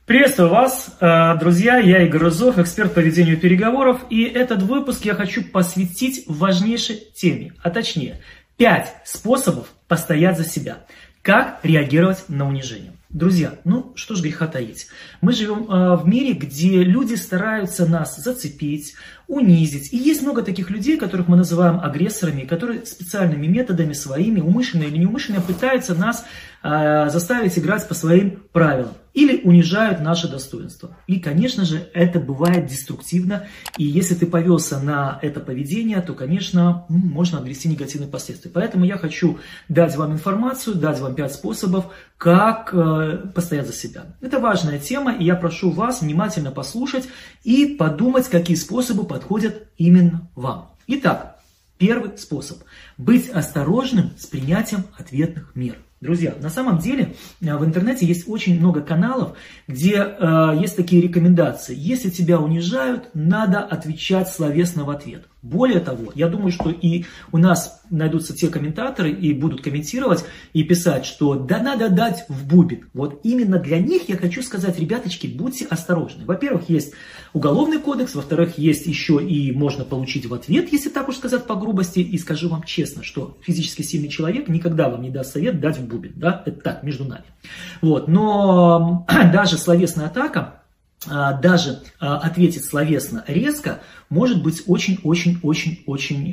Приветствую вас, друзья, я Игорь Рызов, эксперт по ведению переговоров, и этот выпуск я хочу посвятить важнейшей теме, а точнее 5 способов постоять за себя, как реагировать на унижение. Друзья, ну что ж греха таить, мы живем в мире, где люди стараются нас зацепить, унизить, и есть много таких людей, которых мы называем агрессорами, которые специальными методами своими, умышленно или неумышленно, пытаются нас заставить играть по своим правилам или унижают наше достоинство. И, конечно же, это бывает деструктивно, и если ты повелся на это поведение, то, конечно, можно обрести негативные последствия. Поэтому я хочу дать вам информацию, дать вам 5 способов, как постоять за себя. Это важная тема, и я прошу вас внимательно послушать и подумать, какие способы подходят именно вам. Итак, первый способ – быть осторожным с принятием ответных мер. Друзья, на самом деле в интернете есть очень много каналов, где есть такие рекомендации. Если тебя унижают, надо отвечать словесно в ответ. Более того, я думаю, что и у нас найдутся те комментаторы и будут комментировать и писать, что да надо дать в бубен. Вот именно для них я хочу сказать, ребяточки, будьте осторожны. Во-первых, есть уголовный кодекс, во-вторых, есть еще и можно получить в ответ, если так уж сказать по грубости. И скажу вам честно, что физически сильный человек никогда вам не даст совет дать в бубен. Да? Это так, между нами. Вот. Но даже словесная атака, даже ответить словесно резко может быть очень-очень-очень-очень,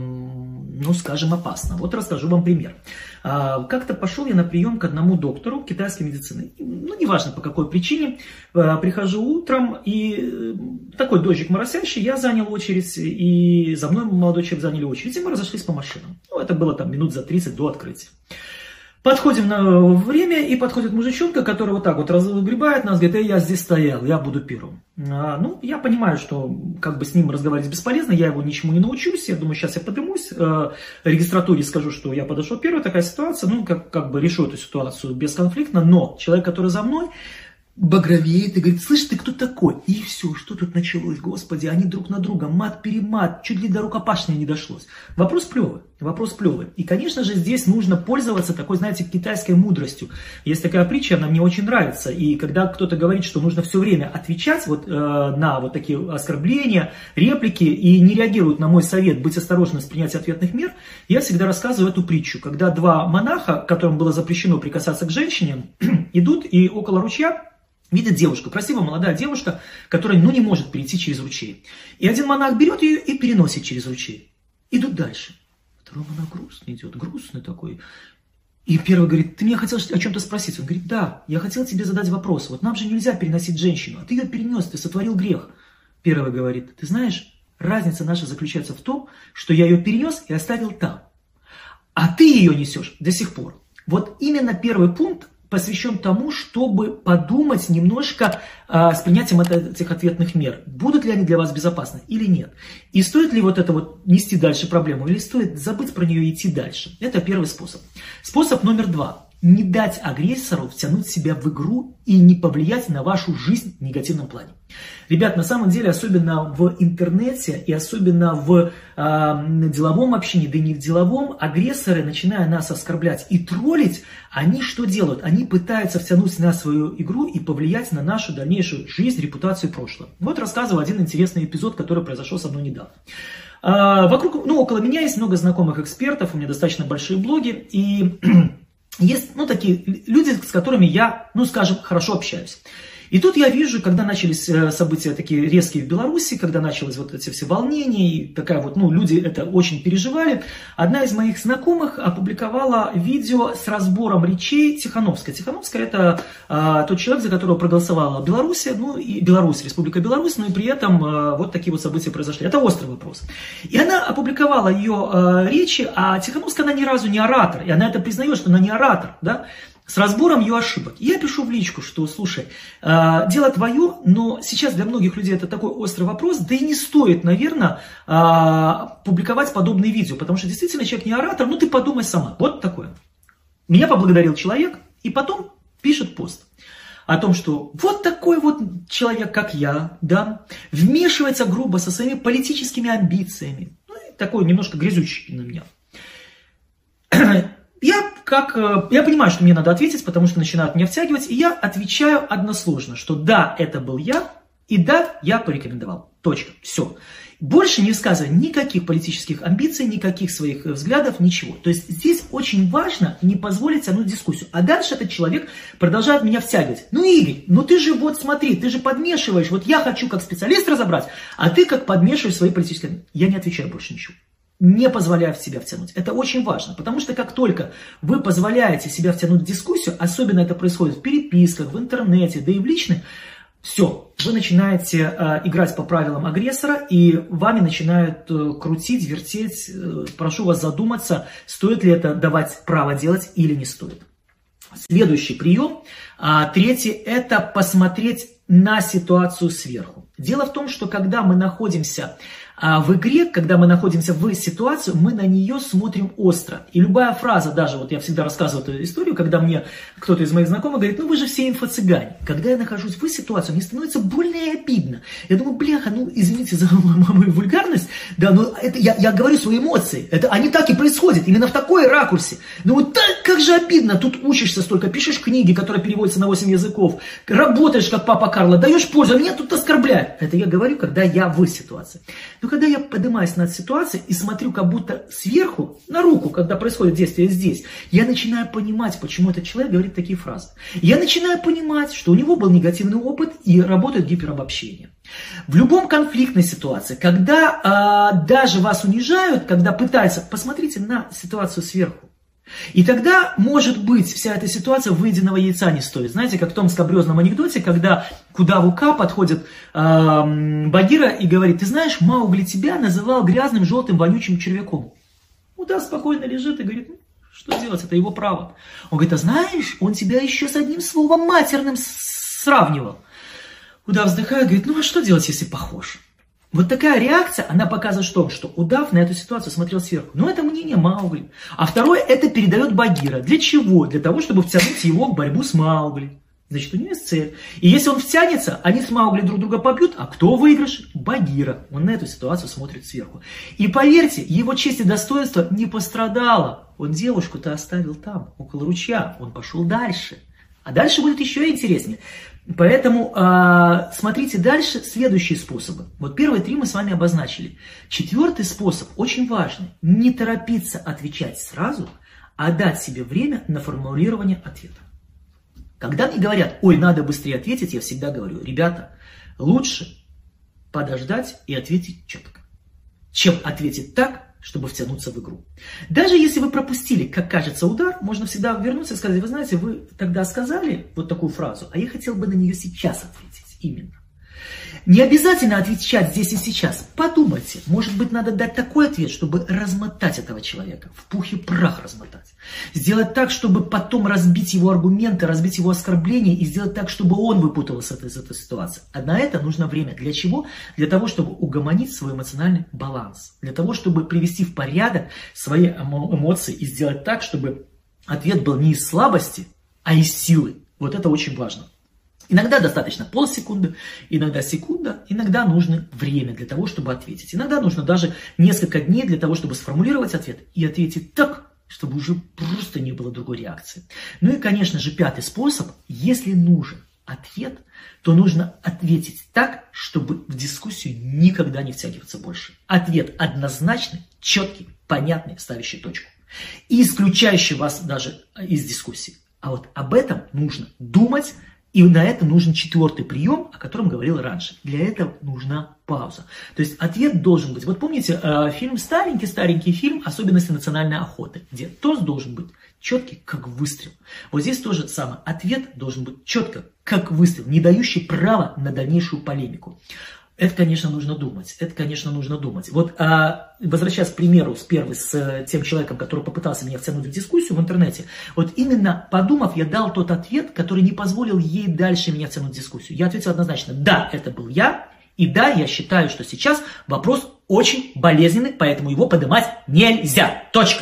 ну скажем, опасно. Вот расскажу вам пример. Как-то пошел я на прием к одному доктору китайской медицины. Ну, неважно по какой причине. Прихожу утром, и такой дождик моросящий, я занял очередь, и за мной молодой человек заняли очередь, и мы разошлись по машинам. Ну, это было там минут за 30 до открытия. Подходим на время, и подходит мужичонка, который вот так вот разгребает нас, говорит: я здесь стоял, я буду первым. Ну, я понимаю, что как бы с ним разговаривать бесполезно, я его ничему не научусь, я думаю, сейчас я поднимусь, регистратуре скажу, что я подошел первый, такая ситуация, ну, как бы решу эту ситуацию бесконфликтно, но человек, который за мной, багровеет и говорит: слышь, ты кто такой? И все, что тут началось, господи, они друг на друга, мат-перемат, чуть ли до рукопашной не дошлось. Вопрос плевый, вопрос плевый. И, конечно же, здесь нужно пользоваться такой, знаете, китайской мудростью. Есть такая притча, она мне очень нравится, и когда кто-то говорит, что нужно все время отвечать вот, на вот такие оскорбления, реплики, и не реагируют на мой совет быть осторожным с принятием ответных мер, я всегда рассказываю эту притчу, когда 2 монаха, которым было запрещено прикасаться к женщине, идут и около ручья видят девушку, красивая молодая девушка, которая, ну, не может перейти через ручей. И один монах берет ее и переносит через ручей. Идут дальше. Второй монах грустный идет, грустный такой. И первый говорит: ты меня хотел о чем-то спросить? Он говорит: да, я хотел тебе задать вопрос. Вот нам же нельзя переносить женщину, а ты ее перенес, ты сотворил грех. Первый говорит: ты знаешь, разница наша заключается в том, что я ее перенес и оставил там. А ты ее несешь до сих пор. Вот именно первый пункт посвящен тому, чтобы подумать немножко с принятием этих ответных мер. Будут ли они для вас безопасны или нет? И стоит ли вот это вот нести дальше проблему, или стоит забыть про нее и идти дальше? Это первый способ. Способ номер 2. Не дать агрессору втянуть себя в игру и не повлиять на вашу жизнь в негативном плане. Ребят, на самом деле, особенно в интернете и особенно в деловом общении, да и не в деловом, агрессоры, начиная нас оскорблять и троллить, они что делают? Они пытаются втянуть на свою игру и повлиять на нашу дальнейшую жизнь, репутацию и прошлое. Вот рассказываю один интересный эпизод, который произошел со мной недавно. Вокруг, ну, около меня есть много знакомых экспертов, у меня достаточно большие блоги, и есть, ну, такие люди, с которыми я, ну, скажем, хорошо общаюсь. И тут я вижу, когда начались события такие резкие в Беларуси, когда начались вот эти все волнения, и такая вот, ну, люди это очень переживали, одна из моих знакомых опубликовала видео с разбором речей Тихановской. Тихановская — это тот человек, за которого проголосовала Беларусь, ну, и Беларусь, Республика Беларусь, но и при этом вот такие вот события произошли. Это острый вопрос. И она опубликовала ее речи, а Тихановская, она ни разу не оратор, и она это признает, что она не оратор, да, с разбором ее ошибок. Я пишу в личку, что, слушай, дело твое, но сейчас для многих людей это такой острый вопрос, да и не стоит, наверное, публиковать подобные видео, потому что действительно человек не оратор, ну ты подумай сама. Вот такое. Меня поблагодарил человек, и потом пишет пост о том, что вот такой вот человек, как я, да, вмешивается грубо со своими политическими амбициями. Ну, и такой немножко грязючий на меня. Я я понимаю, что мне надо ответить, потому что начинают меня втягивать, и я отвечаю односложно, что да, это был я, и да, я порекомендовал. Точка. Все. Больше не высказывая никаких политических амбиций, никаких своих взглядов, ничего. То есть здесь очень важно не позволить тянуть дискуссию. А дальше этот человек продолжает меня втягивать. Ну, Игорь, ну ты же вот смотри, ты же подмешиваешь. Вот я хочу как специалист разобрать, а ты как подмешиваешь свои политические... Я не отвечаю больше ничего. Не позволяю в себя втянуть. Это очень важно, потому что как только вы позволяете себя втянуть в дискуссию, особенно это происходит в переписках, в интернете, да и в личных, все, вы начинаете играть по правилам агрессора, и вами начинают крутить, вертеть. Прошу вас задуматься, стоит ли это давать право делать или не стоит. Следующий прием, третий, это посмотреть на ситуацию сверху. Дело в том, что когда мы находимся в игре, когда мы находимся в ситуации, мы на нее смотрим остро. И любая фраза, даже вот я всегда рассказываю эту историю, когда мне кто-то из моих знакомых говорит, ну вы же все инфо-цыгане. Когда я нахожусь в ситуации, мне становится больно и обидно. Я думаю, бляха, ну извините за мою вульгарность, да, но это я говорю свои эмоции. Это они так и происходят, именно в такой ракурсе. Ну вот так, как же обидно, тут учишься столько, пишешь книги, которые переводятся на 8 языков, работаешь как папа Карло, даешь пользу, а меня тут оскорбляют. Это я говорю, когда я в ситуации. Но когда я поднимаюсь над ситуацией и смотрю как будто сверху, на руку, когда происходит действие здесь, я начинаю понимать, почему этот человек говорит такие фразы. Я начинаю понимать, что у него был негативный опыт и работает гиперобобщение. В любом конфликтной ситуации, когда даже вас унижают, когда пытаются, посмотрите на ситуацию сверху. И тогда, может быть, вся эта ситуация выеденного яйца не стоит. Знаете, как в том скабрезном анекдоте, когда к удаву Ка подходит Багира и говорит, ты знаешь, Маугли тебя называл грязным, желтым, вонючим червяком. Удав спокойно лежит и говорит, ну, что делать, это его право. Он говорит, а знаешь, он тебя еще с одним словом матерным сравнивал. Удав вздыхает, говорит, ну а что делать, если похож? Вот такая реакция, она показывает что удав на эту ситуацию смотрел сверху. Но это мнение Маугли. А второе, это передает Багира. Для чего? Для того, чтобы втянуть его в борьбу с Маугли. Значит, у него есть цель. И если он втянется, они с Маугли друг друга побьют, а кто выигрыш? Багира. Он на эту ситуацию смотрит сверху. И поверьте, его честь и достоинство не пострадало. Он девушку-то оставил там, около ручья. Он пошел дальше. А дальше будет еще интереснее. Поэтому смотрите дальше следующие способы. Вот первые три мы с вами обозначили. Четвертый способ очень важный. Не торопиться отвечать сразу, а дать себе время на формулирование ответа. Когда мне говорят, ой, надо быстрее ответить, я всегда говорю, ребята, лучше подождать и ответить четко, чем ответить так, чтобы втянуться в игру. Даже если вы пропустили, как кажется, удар, можно всегда вернуться и сказать, вы знаете, вы тогда сказали вот такую фразу, а я хотел бы на нее сейчас ответить именно. Не обязательно отвечать здесь и сейчас. Подумайте, может быть, надо дать такой ответ, чтобы размотать этого человека, в пух и прах размотать. Сделать так, чтобы потом разбить его аргументы, разбить его оскорбления и сделать так, чтобы он выпутался из этой ситуации. А на это нужно время. Для чего? Для того, чтобы угомонить свой эмоциональный баланс. Для того, чтобы привести в порядок свои эмоции и сделать так, чтобы ответ был не из слабости, а из силы. Вот это очень важно. Иногда достаточно полсекунды, иногда секунда, иногда нужно время для того, чтобы ответить. Иногда нужно даже несколько дней для того, чтобы сформулировать ответ и ответить так, чтобы уже просто не было другой реакции. Ну и, конечно же, пятый способ. Если нужен ответ, то нужно ответить так, чтобы в дискуссию никогда не втягиваться больше. Ответ однозначный, четкий, понятный, ставящий точку. И исключающий вас даже из дискуссии. А вот об этом нужно думать. И на это нужен четвертый прием, о котором говорил раньше. Для этого нужна пауза. То есть ответ должен быть. Вот помните фильм, старенький фильм «Особенности национальной охоты», где тост должен быть четкий, как выстрел. Вот здесь тоже самое. Ответ должен быть четко, как выстрел, не дающий права на дальнейшую полемику. Это, конечно, нужно думать. Это, конечно, нужно думать. Вот, возвращаясь к примеру с тем человеком, который попытался меня втянуть в дискуссию в интернете, вот именно подумав, я дал тот ответ, который не позволил ей дальше меня втянуть в дискуссию. Я ответил однозначно, да, это был я, и да, я считаю, что сейчас вопрос очень болезненный, поэтому его поднимать нельзя. Точка.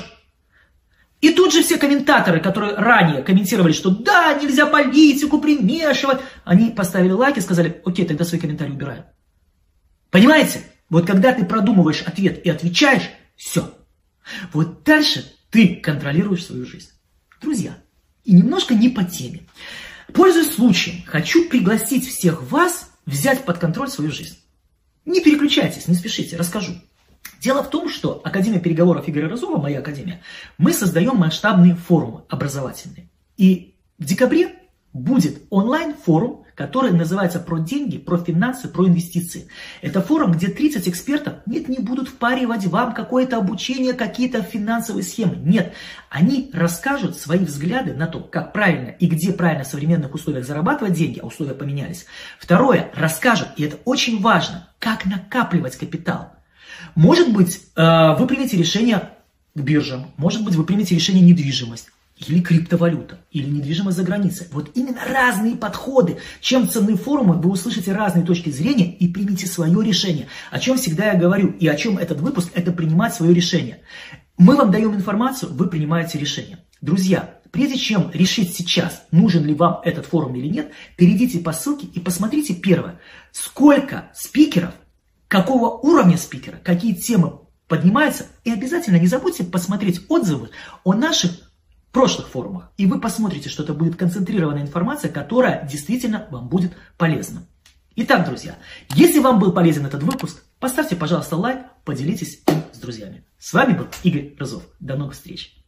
И тут же все комментаторы, которые ранее комментировали, что да, нельзя политику примешивать, они поставили лайк и сказали, окей, тогда свои комментарии убираем. Понимаете? Вот когда ты продумываешь ответ и отвечаешь, все. Вот дальше ты контролируешь свою жизнь. Друзья, и немножко не по теме. Пользуясь случаем, хочу пригласить всех вас взять под контроль свою жизнь. Не переключайтесь, не спешите, расскажу. Дело в том, что Академия переговоров Игоря Розова, моя академия, мы создаем масштабные форумы образовательные. И в декабре будет онлайн-форум, который называется «Про деньги, про финансы, про инвестиции». Это форум, где 30 экспертов не будут впаривать вам какое-то обучение, какие-то финансовые схемы. Нет, они расскажут свои взгляды на то, как правильно и где правильно в современных условиях зарабатывать деньги, а условия поменялись. Второе, расскажут, и это очень важно, как накапливать капитал. Может быть, вы примете решение к биржам, может быть, вы примете решение недвижимость. Или криптовалюта, или недвижимость за границей. Вот именно разные подходы. Чем ценны форумы, вы услышите разные точки зрения и примите свое решение. О чем всегда я говорю, и о чем этот выпуск, это принимать свое решение. Мы вам даем информацию, вы принимаете решение. Друзья, прежде чем решить сейчас, нужен ли вам этот форум или нет, перейдите по ссылке и посмотрите первое. Сколько спикеров, какого уровня спикера, какие темы поднимаются. И обязательно не забудьте посмотреть отзывы о наших прошлых форумах, и вы посмотрите, что это будет концентрированная информация, которая действительно вам будет полезна. Итак, друзья, если вам был полезен этот выпуск, поставьте, пожалуйста, лайк, поделитесь им с друзьями. С вами был Игорь Розов. До новых встреч!